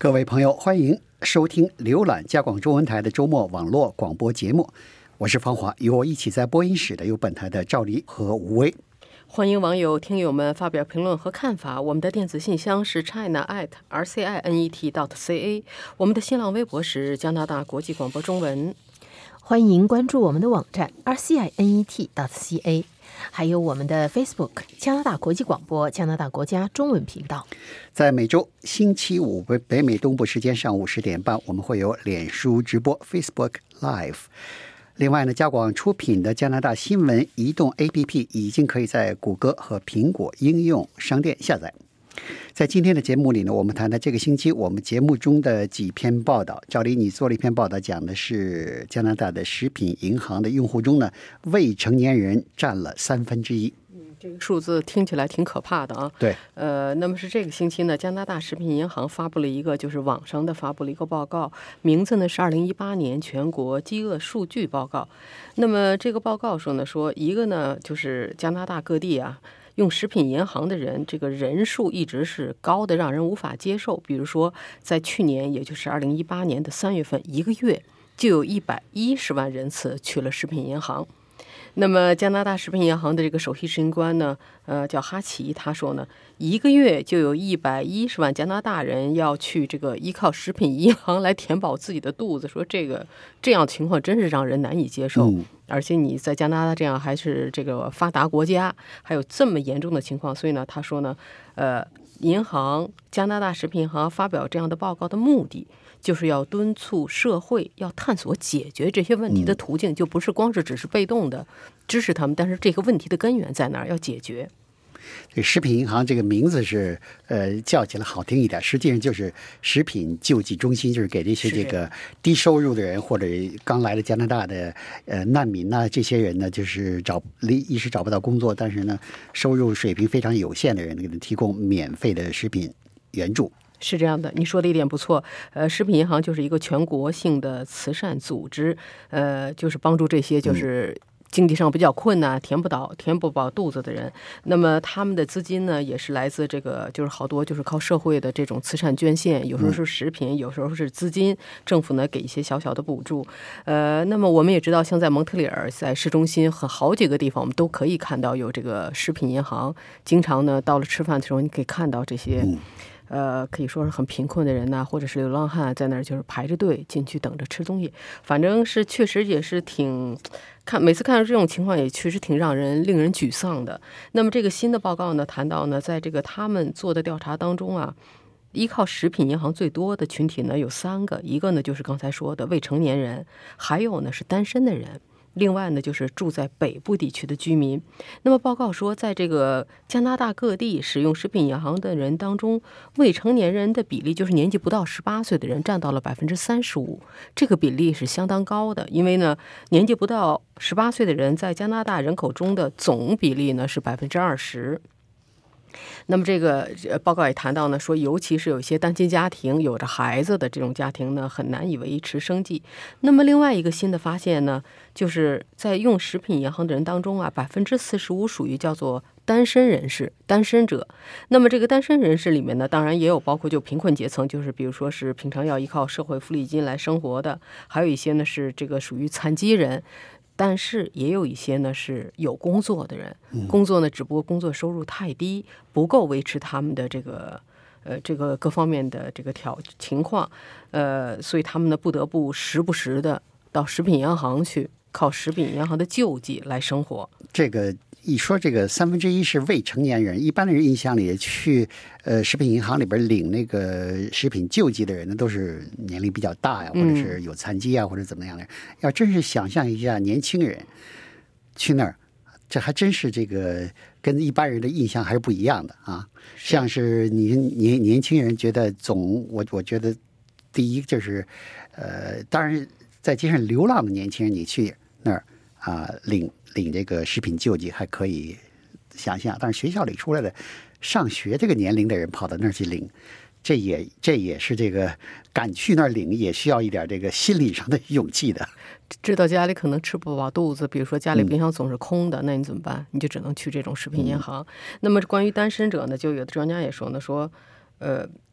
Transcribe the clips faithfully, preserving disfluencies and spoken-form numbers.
各位朋友，欢迎收听浏览加广中文台的周末网络广播节目，我是方华，与我一起在播音室的有本台的赵黎和吴威。 欢迎网友听友们发表评论和看法，我们的电子信箱是 china at r c i n e t dot c a， 我们的新浪微博是加拿大国际广播中文。 欢迎关注我们的网站 r c i n e t dot c a， 还有我们的 Facebook 加拿大国际广播加拿大国家中文频道。 在每周星期五北美东部时间上午十点半，我们会有脸书直播 Facebook Live。另外呢，加广出品的加拿大新闻移动 A P P 已经可以在谷歌和苹果应用商店下载。在今天的节目里呢，我们谈谈这个星期我们节目中的几篇报道。赵黎，你做了一篇报道，讲的是加拿大的食品银行的用户中呢，未成年人占了三分之一。 这个数字听起来挺可怕的啊。 对， 呃，那么是这个星期呢，加拿大食品银行发布了一个，就是网上的发布了一个报告，名字呢是二零一八年全国饥饿数据报告。那么这个报告说呢，说一个呢就是加拿大各地啊，用食品银行的人这个人数一直是高的，让人无法接受。比如说，在去年，也就是二零一八年的三月份，一个月就有一百一十万人次去了食品银行。那么加拿大食品银行的这个首席执行官呢，呃，叫哈奇，他说呢，一个月就有一百一十万加拿大人要去这个依靠食品银行来填饱自己的肚子，说这个这样情况真是让人难以接受。嗯，而且你在加拿大这样还是这个发达国家，还有这么严重的情况，所以呢，他说呢，呃，银行加拿大食品银行发表这样的报告的目的，就是要敦促社会要探索解决这些问题的途径，就不是光是只是被动的支持他们，但是这个问题的根源在哪儿，要解决。 这食品银行这个名字是呃叫起来好听一点，实际上就是食品救济中心，就是给这些这个低收入的人或者刚来的加拿大的呃难民呐、啊，这些人呢，就是找一时找不到工作，但是呢收入水平非常有限的人，给他提供免费的食品援助。 是这样的，你说的一点不错。呃，食品银行就是一个全国性的慈善组织，呃，就是帮助这些就是经济上比较困难、填不到、填不饱肚子的人。那么他们的资金呢，也是来自这个，就是好多就是靠社会的这种慈善捐献，有时候是食品，有时候是资金，政府呢给一些小小的补助。呃，那么我们也知道，像在蒙特利尔，在市中心和好几个地方，我们都可以看到有这个食品银行。经常呢，到了吃饭的时候，你可以看到这些。嗯呃，可以说是很贫困的人呐、啊，或者是流浪汉，在那儿就是排着队进去等着吃东西。反正是确实也是挺看，每次看到这种情况也确实挺让人令人沮丧的。那么这个新的报告呢，谈到呢，在这个他们做的调查当中啊，依靠食品银行最多的群体呢有三个，一个呢就是刚才说的未成年人，还有呢是单身的人。另外呢，就是住在北部地区的居民。那么报告说，在这个加拿大各地使用食品银行的人当中，未成年人的比例，就是年纪不到十八岁的人，占到了百分之三十五。这个比例是相当高的，因为呢，年纪不到十八岁的人在加拿大人口中的总比例呢是百分之二十。那么这个报告也谈到呢，说尤其是有一些单亲家庭有着孩子的这种家庭呢，很难以维持生计。那么另外一个新的发现呢，就是在用食品银行的人当中啊，百分之四十五属于叫做单身人士、单身者。那么这个单身人士里面呢，当然也有包括就贫困阶层，就是比如说是平常要依靠社会福利金来生活的，还有一些呢是这个属于残疾人。但是也有一些呢是有工作的人，工作呢只不过工作收入太低，不够维持他们的这个呃这个各方面的这个条情况，呃，所以他们呢不得不时不时的到食品银行去，靠食品银行的救济来生活。 这个一说这个三分之一是未成年人，一般的人印象里去呃食品银行里边领那个食品救济的人呢，都是年龄比较大呀，或者是有残疾啊，或者怎么样的。要真是想象一下年轻人去那儿，这还真是这个跟一般人的印象还是不一样的啊。像是你年年轻人觉得总我我觉得第一就是呃，当然在街上流浪的年轻人，你去那儿啊领。领这个食品救济还可以想象，但是学校里出来的上学这个年龄的人跑到那儿去领，这也这也是这个敢去那儿领，也需要一点这个心理上的勇气的。 知道家里可能吃不饱肚子，比如说家里冰箱总是空的，嗯、那你怎么办？你就只能去这种食品银行。嗯、那么关于单身者呢，就有的专家也说呢，说呃。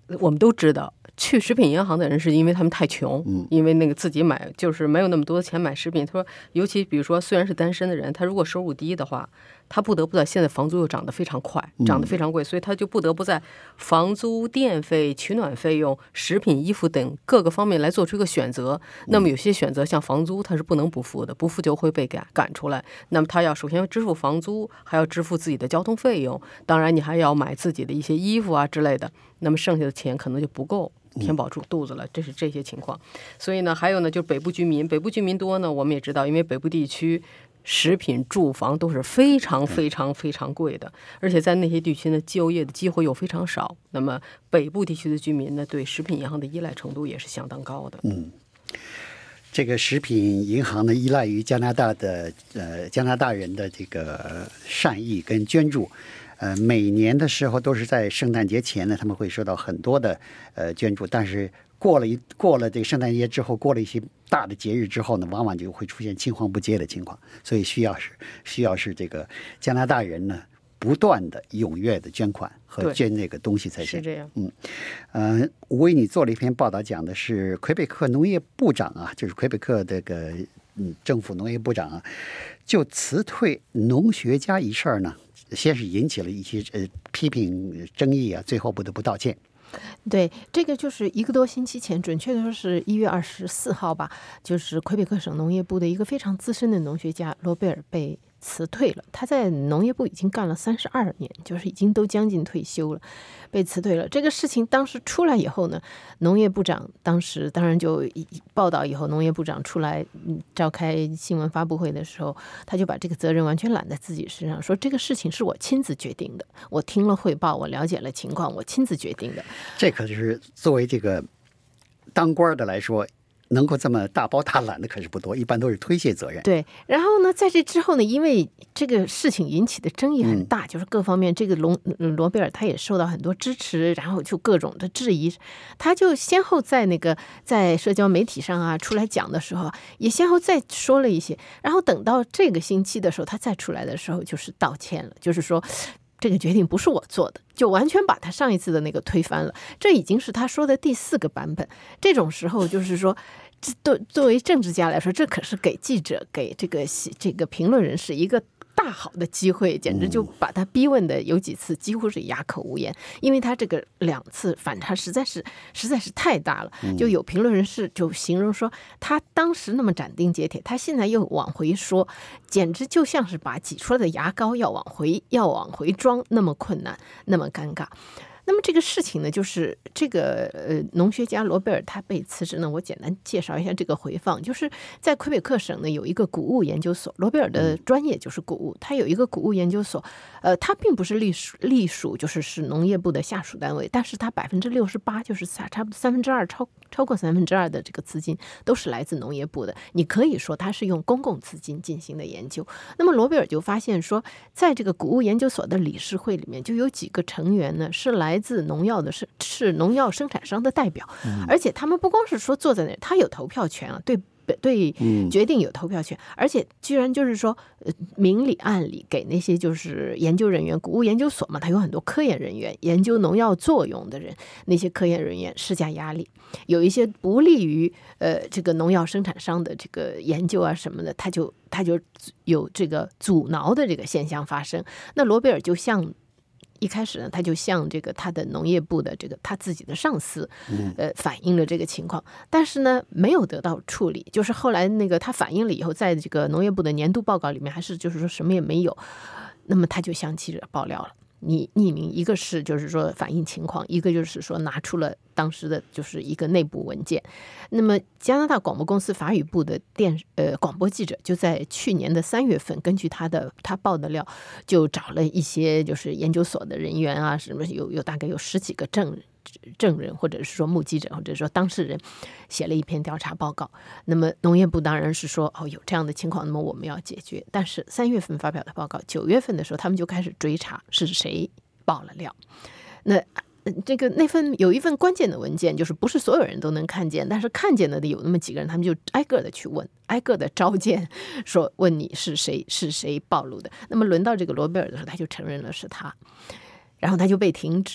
我们都知道。去食品银行的人是因为他们太穷， 嗯， 因为那个自己买就是没有那么多钱买食品。他说，尤其比如说虽然是单身的人，他如果收入低的话，他不得不在现在房租又涨得非常快，涨得非常贵，所以他就不得不在房租、电费、取暖费用、食品、衣服等各个方面来做出一个选择。那么有些选择像房租，他是不能不付的，不付就会被赶赶出来。那么他要首先支付房租，还要支付自己的交通费用，当然你还要买自己的一些衣服啊之类的。那么剩下的钱可能就不够填饱住肚子了，这是这些情况。所以呢，还有呢，就是北部居民，北部居民多呢，我们也知道，因为北部地区食品、住房都是非常非常非常贵的，而且在那些地区呢，就业的机会又非常少。那么北部地区的居民呢，对食品银行的依赖程度也是相当高的。 嗯，这个食品银行呢，依赖于加拿大的呃加拿大人的这个善意跟捐助。呃，每年的时候都是在圣诞节前呢，他们会收到很多的呃捐助，但是过了一过了这个圣诞节之后，过了一些大的节日之后呢，往往就会出现青黄不接的情况，所以需要是需要是这个加拿大人呢不断的踊跃的捐款和捐那个东西才行。 是这样。 嗯，呃，我为你做了一篇报道，讲的是魁北克农业部长啊，就是魁北克这个嗯政府农业部长啊，就辞退农学家一事呢。先是引起了一些呃批评争议啊，最后不得不道歉。 对，这个就是一个多星期前，准确的说是一月二十四号吧，就是魁北克省农业部的一个非常资深的农学家罗贝尔被辞退了。他在农业部已经干了三十二年，就是已经都将近退休了，被辞退了。这个事情当时出来以后呢，农业部长当时当然就报道以后，农业部长出来召开新闻发布会的时候，他就把这个责任完全揽在自己身上，说这个事情是我亲自决定的，我听了汇报，我了解了情况，我亲自决定的。 这可是作为这个当官的来说，能够这么大包大揽的可是不多，一般都是推卸责任。 对，然后呢，在这之后呢，因为这个事情引起的争议很大，嗯、就是各方面，这个罗罗贝尔他也受到很多支持，然后就各种的质疑，他就先后在那个在社交媒体上啊出来讲的时候，也先后再说了一些，然后等到这个星期的时候，他再出来的时候就是道歉了，就是说。这个决定不是我做的，就完全把他上一次的那个推翻了。这已经是他说的第四个版本。这种时候，就是说，作作为政治家来说，这可是给记者、给这个这个评论人士一个大好的机会，简直就把他逼问的有几次几乎是哑口无言，因为他这个两次反差实在是实在是太大了。就有评论人士就形容说，他当时那么斩钉截铁，他现在又往回说，简直就像是把挤出来的牙膏要往回要往回装，那么困难，那么尴尬。那么这个事情呢，就是这个呃农学家罗贝尔他被辞职呢，我简单介绍一下这个回放。就是在魁北克省呢有一个谷物研究所，罗贝尔的专业就是谷物，他有一个谷物研究所，呃，他并不是隶属隶属就是是农业部的下属单位，但是他百分之六十八，就是差不多三分之二超超过三分之二的这个资金都是来自农业部的。你可以说他是用公共资金进行的研究。那么罗贝尔就发现说，在这个谷物研究所的理事会里面，就有几个成员呢是来自农药的是是农药生产商的代表，而且他们不光是说坐在那，他有投票权啊，对对，决定有投票权，而且居然就是说，呃，明里暗里给那些就是研究人员，谷物研究所嘛，他有很多科研人员，研究农药作用的人，那些科研人员施加压力，有一些不利于呃这个农药生产商的这个研究啊什么的，他就他就有这个阻挠的这个现象发生。那罗贝尔就向一开始呢，他就向这个他的农业部的这个他自己的上司，呃，反映了这个情况，但是呢，没有得到处理。就是后来那个他反映了以后，在这个农业部的年度报告里面，还是就是说什么也没有。那么他就向记者爆料了。你匿名，一个是就是说反映情况，一个就是说拿出了当时的就是一个内部文件。那么加拿大广播公司法语部的电呃广播记者就在去年的三月份，根据他的他爆的料，就找了一些就是研究所的人员啊，什么有有大概有十几个证人。证人或者是说目击者或者说当事人写了一篇调查报告。那么农业部当然是说哦有这样的情况，那么我们要解决。但是三月份发表的报告，九月份的时候他们就开始追查是谁爆了料。那这个那份有一份关键的文件，就是不是所有人都能看见，但是看见了的有那么几个人，他们就挨个的去问，挨个的召见，说问你是谁是谁暴露的。那么轮到这个罗贝尔的时候，他就承认了是他，然后他就被停职。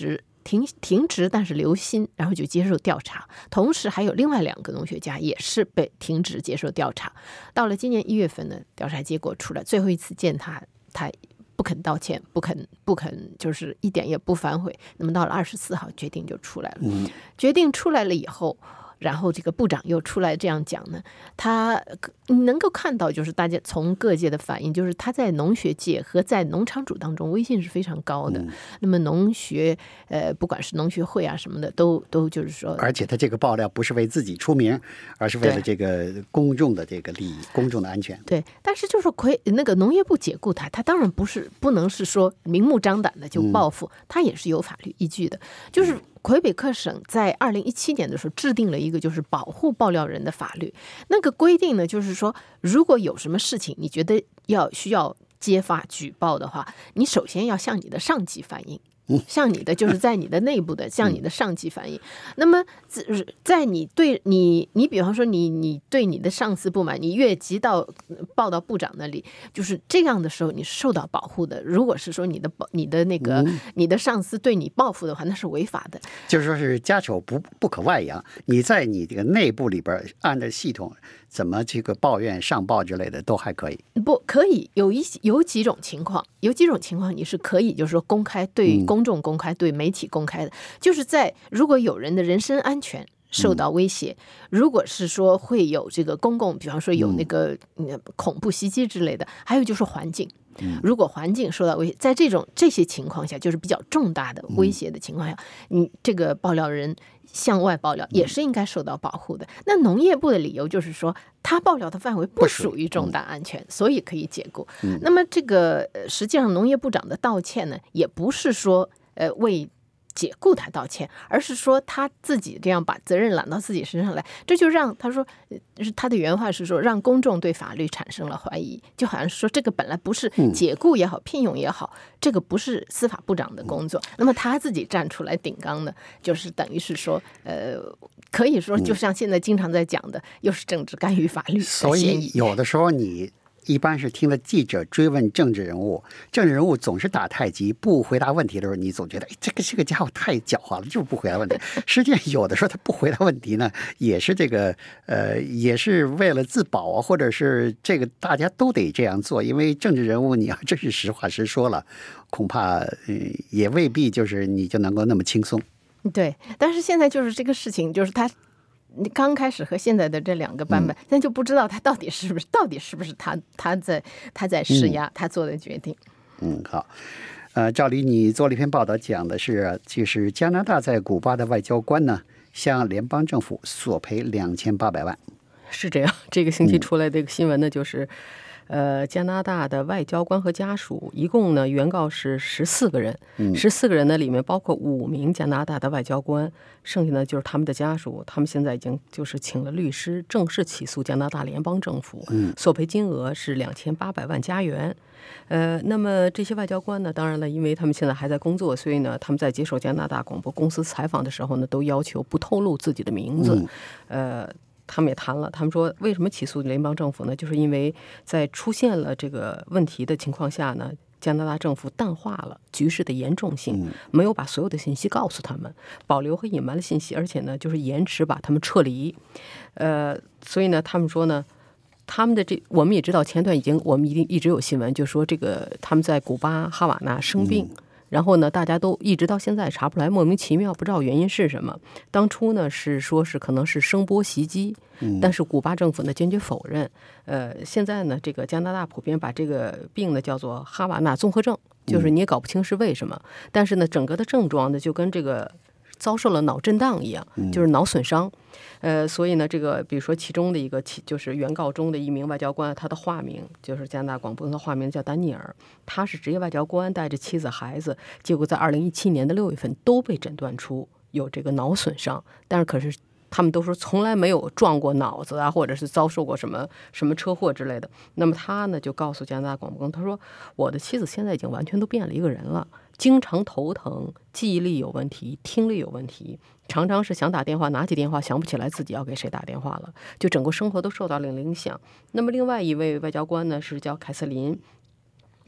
停停职，但是留薪，然后就接受调查。同时还有另外两个农学家也是被停职接受调查。到了今年一月份呢，调查结果出来，最后一次见他，他不肯道歉，不肯不肯，就是一点也不反悔。那么到了二十四号，决定就出来了。 嗯， 决定出来了以后。然后这个部长又出来这样讲呢，他你能够看到，就是大家从各界的反应，就是他在农学界和在农场主当中威信是非常高的。嗯、那么农学呃，不管是农学会啊什么的，都都就是说， 而且他这个爆料不是为自己出名，而是为了这个公众的这个利益、公众的安全。 对，但是就是魁那个农业部解雇他，他当然不是不能是说明目张胆的就报复，嗯、他也是有法律依据的，就是。魁北克省在二零一七年的时候制定了一个就是保护爆料人的法律，那个规定呢，就是说如果有什么事情你觉得要需要揭发举报的话，你首先要向你的上级反映。向你的就是在你的内部的向你的上级反映。那么在你对你你比方说你你对你的上司不满，你越级到报到部长那里，就是这样的时候你是受到保护的。如果是说你的你的那个你的上司对你报复的话，那是违法的。 就是说是家丑不不可外扬，你在你这个内部里边按照系统怎么这个抱怨上报之类的都还可以。 不可以有一有几种情况，有几种情况你是可以就是说公开对公众公开、嗯、对媒体公开的，就是在如果有人的人身安全受到威胁，嗯、如果是说会有这个公共，比方说有那个、嗯、恐怖袭击之类的，还有就是环境。如果环境受到威胁，在这种这些情况下，就是比较重大的威胁的情况下，你这个爆料人向外爆料也是应该受到保护的。那农业部的理由就是说，他爆料的范围不属于重大安全，所以可以解雇。那么这个实际上农业部长的道歉呢，也不是说呃为解雇他道歉，而是说他自己这样把责任揽到自己身上来，这就让他说，他的原话是说，让公众对法律产生了怀疑，就好像是说这个本来不是解雇也好，聘用也好，这个不是司法部长的工作，那么他自己站出来顶缸的，就是等于是说，呃，可以说就像现在经常在讲的，又是政治干预法律的嫌疑。所以有的时候你。一般是听了记者追问政治人物，政治人物总是打太极不回答问题的时候，你总觉得哎，这个这个家伙太狡猾了，就是不回答问题。实际上有的时候他不回答问题呢，也是这个呃，也是为了自保啊，或者是这个大家都得这样做，因为政治人物你要真是实话实说了，恐怕、呃、也未必就是你就能够那么轻松。 对，但是现在就是这个事情，就是他。你刚开始和现在的这两个版本，现在就不知道他到底是不是，到底是不是他他在他在施压，他做的决定。 嗯，好，呃，照理你做了一篇报道，讲的是，就是加拿大在古巴的外交官呢，向联邦政府索赔两千八百万。 是这样，这个星期出来这个新闻呢，就是。呃，加拿大的外交官和家属一共呢，原告是十四个人，十四个人呢里面包括五名加拿大的外交官，剩下呢就是他们的家属，他们现在已经就是请了律师正式起诉加拿大联邦政府，索赔金额是两千八百万加元。呃，那么这些外交官呢，当然了，因为他们现在还在工作，所以呢，他们在接受加拿大广播公司采访的时候呢，都要求不透露自己的名字，呃。他们也谈了，他们说为什么起诉联邦政府呢？就是因为在出现了这个问题的情况下呢，加拿大政府淡化了局势的严重性，没有把所有的信息告诉他们，保留和隐瞒了信息，而且呢，就是延迟把他们撤离。呃，所以呢，他们说呢，他们的这我们也知道，前段已经我们一定一直有新闻，就说这个他们在古巴哈瓦那生病。嗯然后呢，大家都一直到现在查不出来，莫名其妙，不知道原因是什么。当初呢是说是可能是声波袭击，但是古巴政府呢坚决否认。呃，现在呢，这个加拿大普遍把这个病呢叫做哈瓦那综合症，就是你也搞不清是为什么。但是呢，整个的症状呢就跟这个遭受了脑震荡一样，就是脑损伤。呃，所以呢，这个比如说其中的一个就是原告中的一名外交官，他的化名就是加拿大广播的化名叫丹尼尔，他是职业外交官，带着妻子孩子，结果在二零一七年的六月份都被诊断出有这个脑损伤，但是可是他们都说从来没有撞过脑子啊，或者是遭受过什么什么车祸之类的。那么他呢就告诉加拿大广播公司，他说我的妻子现在已经完全都变了一个人了，经常头疼，记忆力有问题，听力有问题，常常是想打电话拿起电话想不起来自己要给谁打电话了，就整个生活都受到了影响。那么另外一位外交官呢是叫凯瑟琳，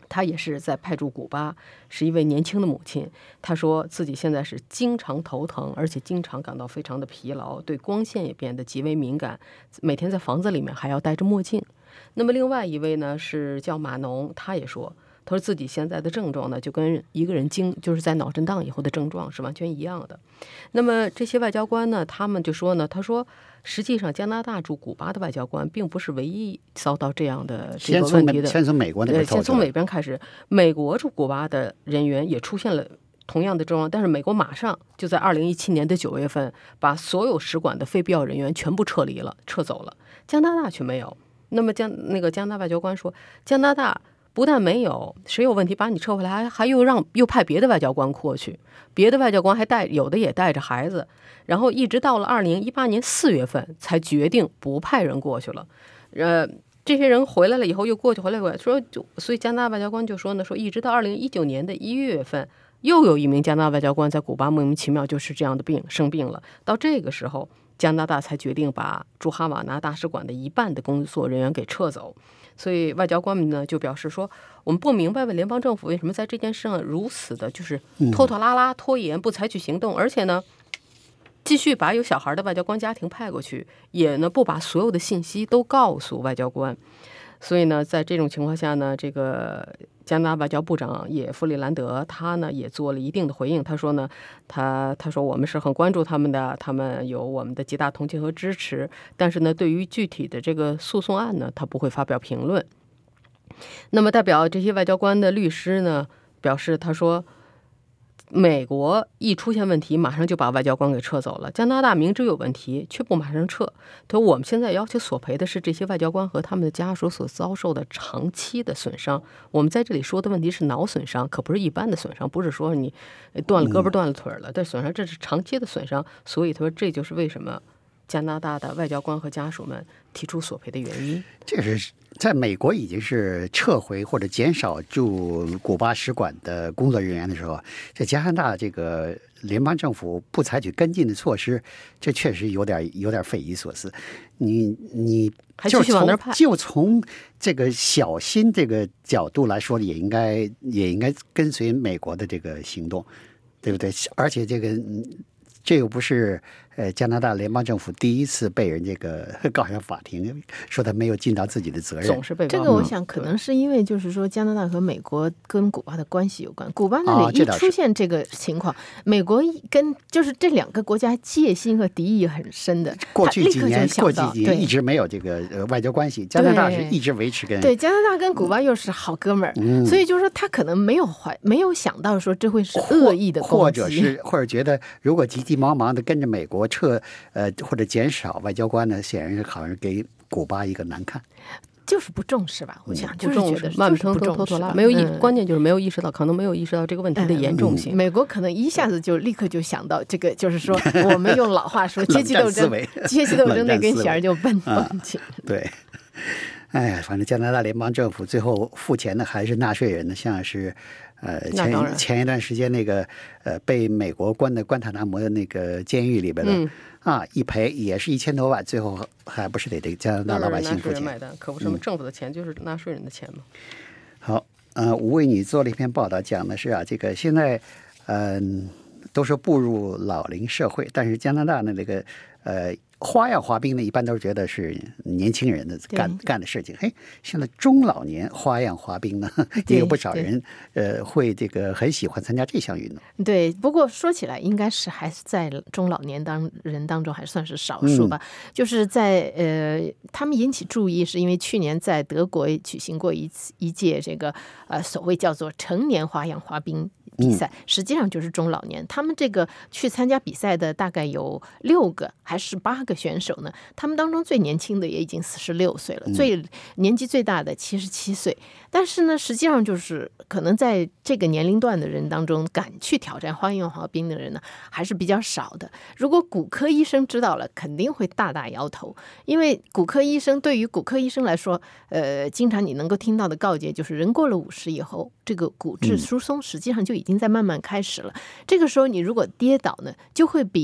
他也是在派驻古巴，是一位年轻的母亲。她说自己现在是经常头疼，而且经常感到非常的疲劳，对光线也变得极为敏感，每天在房子里面还要戴着墨镜。那么另外一位呢是叫马农，他也说，他说自己现在的症状呢就跟一个人经就是在脑震荡以后的症状是完全一样的。那么这些外交官呢，他们就说呢，他说实际上加拿大驻古巴的外交官并不是唯一遭到这样的这个问题的。 先从美国那边透出来， 先从美边开始，美国驻古巴的人员也出现了同样的症状，但是美国马上就在二零一七年的九月份把所有使馆的非必要人员全部撤离了，撤走了。加拿大却没有。那么加那个加拿大外交官说，加拿大不但没有，谁有问题把你撤回来，还还又让又派别的外交官过去，别的外交官还带有的也带着孩子，然后一直到了二零一八年四月份才决定不派人过去了。呃，这些人回来了以后又过去回来回来说，就所以加拿大外交官就说呢，说一直到二零一九年的一月份，又有一名加拿大外交官在古巴莫名其妙就是这样的病生病了，到这个时候加拿大才决定把驻哈瓦那大使馆的一半的工作人员给撤走。所以外交官们呢就表示说，我们不明白联邦政府为什么在这件事上如此的就是拖拖拉拉拖延，不采取行动，而且呢继续把有小孩的外交官家庭派过去，也呢不把所有的信息都告诉外交官。所以呢在这种情况下呢，这个加拿大外交部长也弗里兰德他呢也做了一定的回应，他说呢他他说我们是很关注他们的，他们有我们的极大同情和支持，但是呢对于具体的这个诉讼案呢他不会发表评论。那么代表这些外交官的律师呢表示，他说美国一出现问题马上就把外交官给撤走了，加拿大明知有问题却不马上撤。他说我们现在要求索赔的是这些外交官和他们的家属所遭受的长期的损伤，我们在这里说的问题是脑损伤，可不是一般的损伤，不是说你断了胳膊断了腿了，但损伤这是长期的损伤。所以他说这就是为什么加拿大的外交官和家属们提出索赔的原因。 这是在美国已经是撤回或者减少驻古巴使馆的工作人员的时候，在加拿大这个联邦政府不采取跟进的措施，这确实有点有点匪夷所思。你你就从就从这个小心这个角度来说，也应该也应该跟随美国的这个行动，对不对？而且这个这又不是呃加拿大联邦政府第一次被人这个告上法庭，说他没有尽到自己的责任。 总是被这个，我想可能是因为就是说加拿大和美国跟古巴的关系有关。古巴那里一出现这个情况，啊、美国跟就是这两个国家戒心和敌意很深的。 过去几年，过去几年一直没有这个呃外交关系，加拿大是一直维持跟对加拿大跟古巴又是好哥们儿、嗯，所以就是说他可能没有怀没有想到说这会是恶意的攻击， 或者是或者觉得如果急急忙忙的跟着美国撤呃或者减少外交官呢，显然是好像给古巴一个难看。 就是不重视吧，我想就是觉得慢腾腾拖拖拉，没有意、嗯，关键就是没有意识到，可能没有意识到这个问题的严重性。 嗯、美国可能一下子就立刻就想到这个，就是说我们用老话说，阶级斗争，阶级斗争那根弦就绷绷紧、 啊。对，哎呀，反正加拿大联邦政府最后付钱的还是纳税人呢，像是。呃，前前一段时间那个呃被美国关在关塔那摩的那个监狱里边的、嗯、啊，一赔也是一千多万，最后还不是得这个加拿大老百姓付钱？ 买单，可不是吗？政府的钱就是纳税人的钱嘛。 好，呃，我为你做了一篇报道，讲的是啊，这个现在嗯、呃、都说步入老龄社会，但是加拿大的那个呃。花样滑冰呢，一般都是觉得是年轻人的干干的事情。嘿，现在中老年花样滑冰呢，也有不少人呃会这个很喜欢参加这项运动。 对，不过说起来，应该是还是在中老年当人当中还算是少数吧。嗯、就是在呃，他们引起注意，是因为去年在德国举行过一次一届这个呃所谓叫做成年花样滑冰。比赛实际上就是中老年，他们这个去参加比赛的大概有六个还是八个选手呢？他们当中最年轻的也已经四十六岁了，最年纪最大的七十七岁。但是呢，实际上就是可能在这个年龄段的人当中，敢去挑战花样滑冰的人呢，还是比较少的。如果骨科医生知道了，肯定会大大摇头，因为骨科医生对于骨科医生来说，呃，经常你能够听到的告诫就是，人过了五十以后，这个骨质疏松实际上就已经在慢慢开始了。这个时候你如果跌倒呢，就会比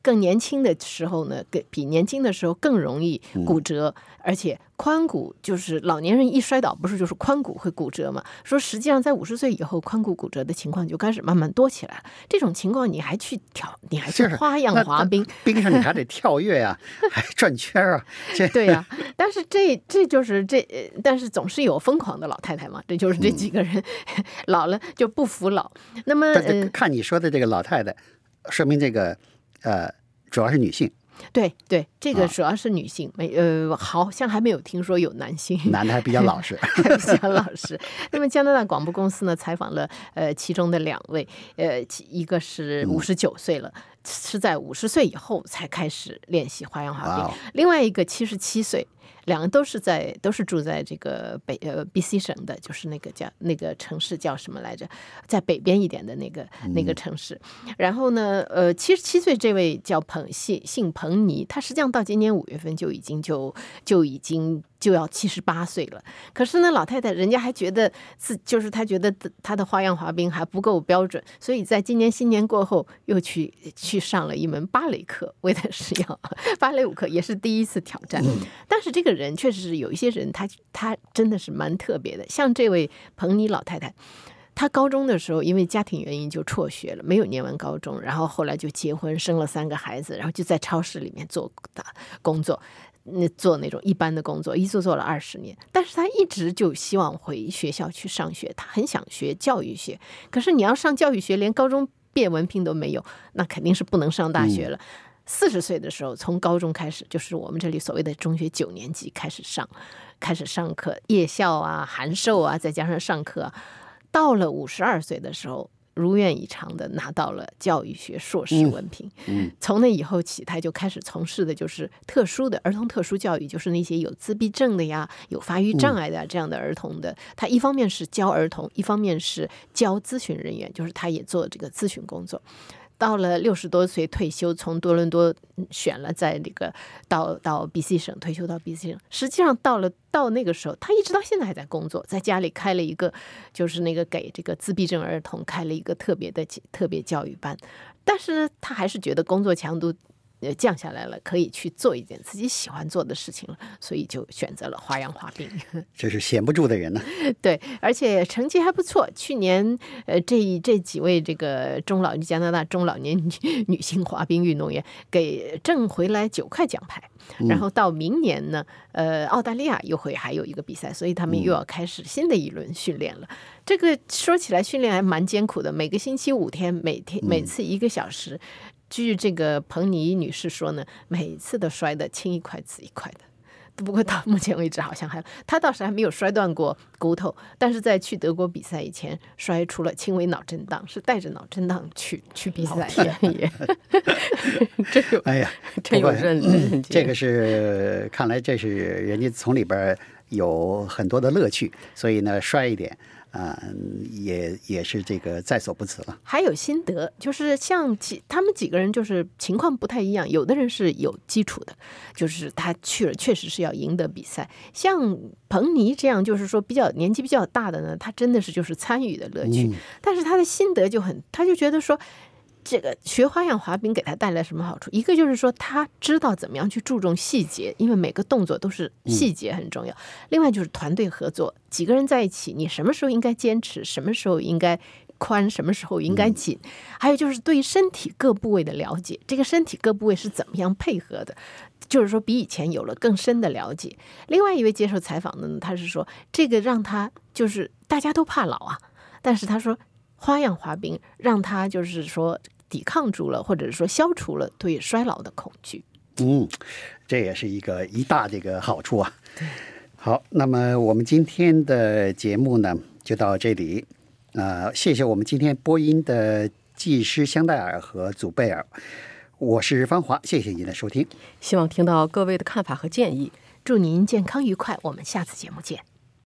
更年轻的时候呢，更比年轻的时候更容易骨折，嗯、而且髋骨就是老年人一摔倒，不是就是髋骨会骨折嘛？说实际上在五十岁以后，髋骨骨折的情况就开始慢慢多起来了。这种情况你还去跳，你还去花样滑冰， 冰上你还得跳跃呀、啊，还转圈啊，这对呀、啊。但是这这就是这，但是总是有疯狂的老太太嘛，这就是这几个人、嗯、老了就不服老。那么呃，看你说的这个老太太，说明这个呃主要是女性。 对对，这个主要是女性，没、啊、呃，好像还没有听说有男性， 男的还比较老实， 还比较老实。那么加拿大广播公司呢，采访了呃其中的两位，呃，一个是五十九岁了。嗯，是在五十岁以后才开始练习花样滑冰，另外一个七十七岁，两个都是在都是住在这个北呃 B C 省的，就是那个叫那个城市叫什么来着，在北边一点的那个那个城市。然后呢，呃，七十七岁这位叫彭姓姓彭尼，他实际上到今年五月份就已经就就已经。就要七十八岁了，可是呢，老太太人家还觉得自就是她觉得她的花样滑冰还不够标准，所以在今年新年过后又去去上了一门芭蕾课，为的是要芭蕾舞课，也是第一次挑战。但是这个人确实是有一些人，他他真的是蛮特别的，像这位彭尼老太太。她高中的时候因为家庭原因就辍学了，没有念完高中，然后后来就结婚生了三个孩子，然后就在超市里面做工作，做那种一般的工作，一做做了二十年。但是她一直就希望回学校去上学，她很想学教育学，可是你要上教育学连高中毕业文凭都没有，那肯定是不能上大学了。四十岁的时候从高中开始，就是我们这里所谓的中学九年级开始上开始上课，夜校啊函授啊再加上上课啊，到了五十二岁的时候，如愿以偿的拿到了教育学硕士文凭。嗯嗯、从那以后起，他就开始从事的就是特殊的儿童特殊教育，就是那些有自闭症的呀、有发育障碍的呀这样的儿童的。他一方面是教儿童，一方面是教咨询人员，就是他也做这个咨询工作。到了六十多岁退休，从多伦多选了在那个到到 B C 省退休到 B C 省。实际上到了到那个时候，他一直到现在还在工作，在家里开了一个就是那个给这个自闭症儿童开了一个特别的特别教育班。但是呢，他还是觉得工作强度降下来了，可以去做一点自己喜欢做的事情了，所以就选择了花样滑冰。 这是闲不住的人呢。 对，而且成绩还不错。去年，呃，这这几位这个中老加拿大中老年女女性滑冰运动员给挣回来九块奖牌。然后到明年呢，呃，澳大利亚又会还有一个比赛，所以他们又要开始新的一轮训练了。这个说起来训练还蛮艰苦的，每个星期五天，每天每次一个小时。据这个彭尼女士说呢，每次都摔得青一块紫一块的。不过到目前为止好像还她倒是还没有摔断过骨头，但是在去德国比赛以前摔出了轻微脑震荡，是带着脑震荡去去比赛也这有哎呀， 真有韧这个是看来这是人家从里边有很多的乐趣，所以呢摔一点啊、呃，也也是这个在所不辞了。 还有心得，就是像几他们几个人就是情况不太一样，有的人是有基础的，就是他去了确实是要赢得比赛。像彭尼这样，就是说比较年纪比较大的呢，他真的是就是参与的乐趣，嗯、但是他的心得就很，他就觉得说。这个学花样滑冰给他带来什么好处？一个就是说他知道怎么样去注重细节，因为每个动作都是细节很重要。嗯、另外就是团队合作，几个人在一起，你什么时候应该坚持，什么时候应该宽，什么时候应该紧。嗯、还有就是对身体各部位的了解，这个身体各部位是怎么样配合的，就是说比以前有了更深的了解。另外一位接受采访的呢，他是说这个让他就是大家都怕老啊，但是他说花样滑冰让他就是说抵抗住了，或者说消除了对衰老的恐惧。 嗯，这也是一个一大这个好处啊。好，那么我们今天的节目呢就到这里。呃，谢谢我们今天播音的技师香戴尔和祖贝尔。我是方华，谢谢您的收听。 希望听到各位的看法和建议。 祝您健康愉快，我们下次节目见。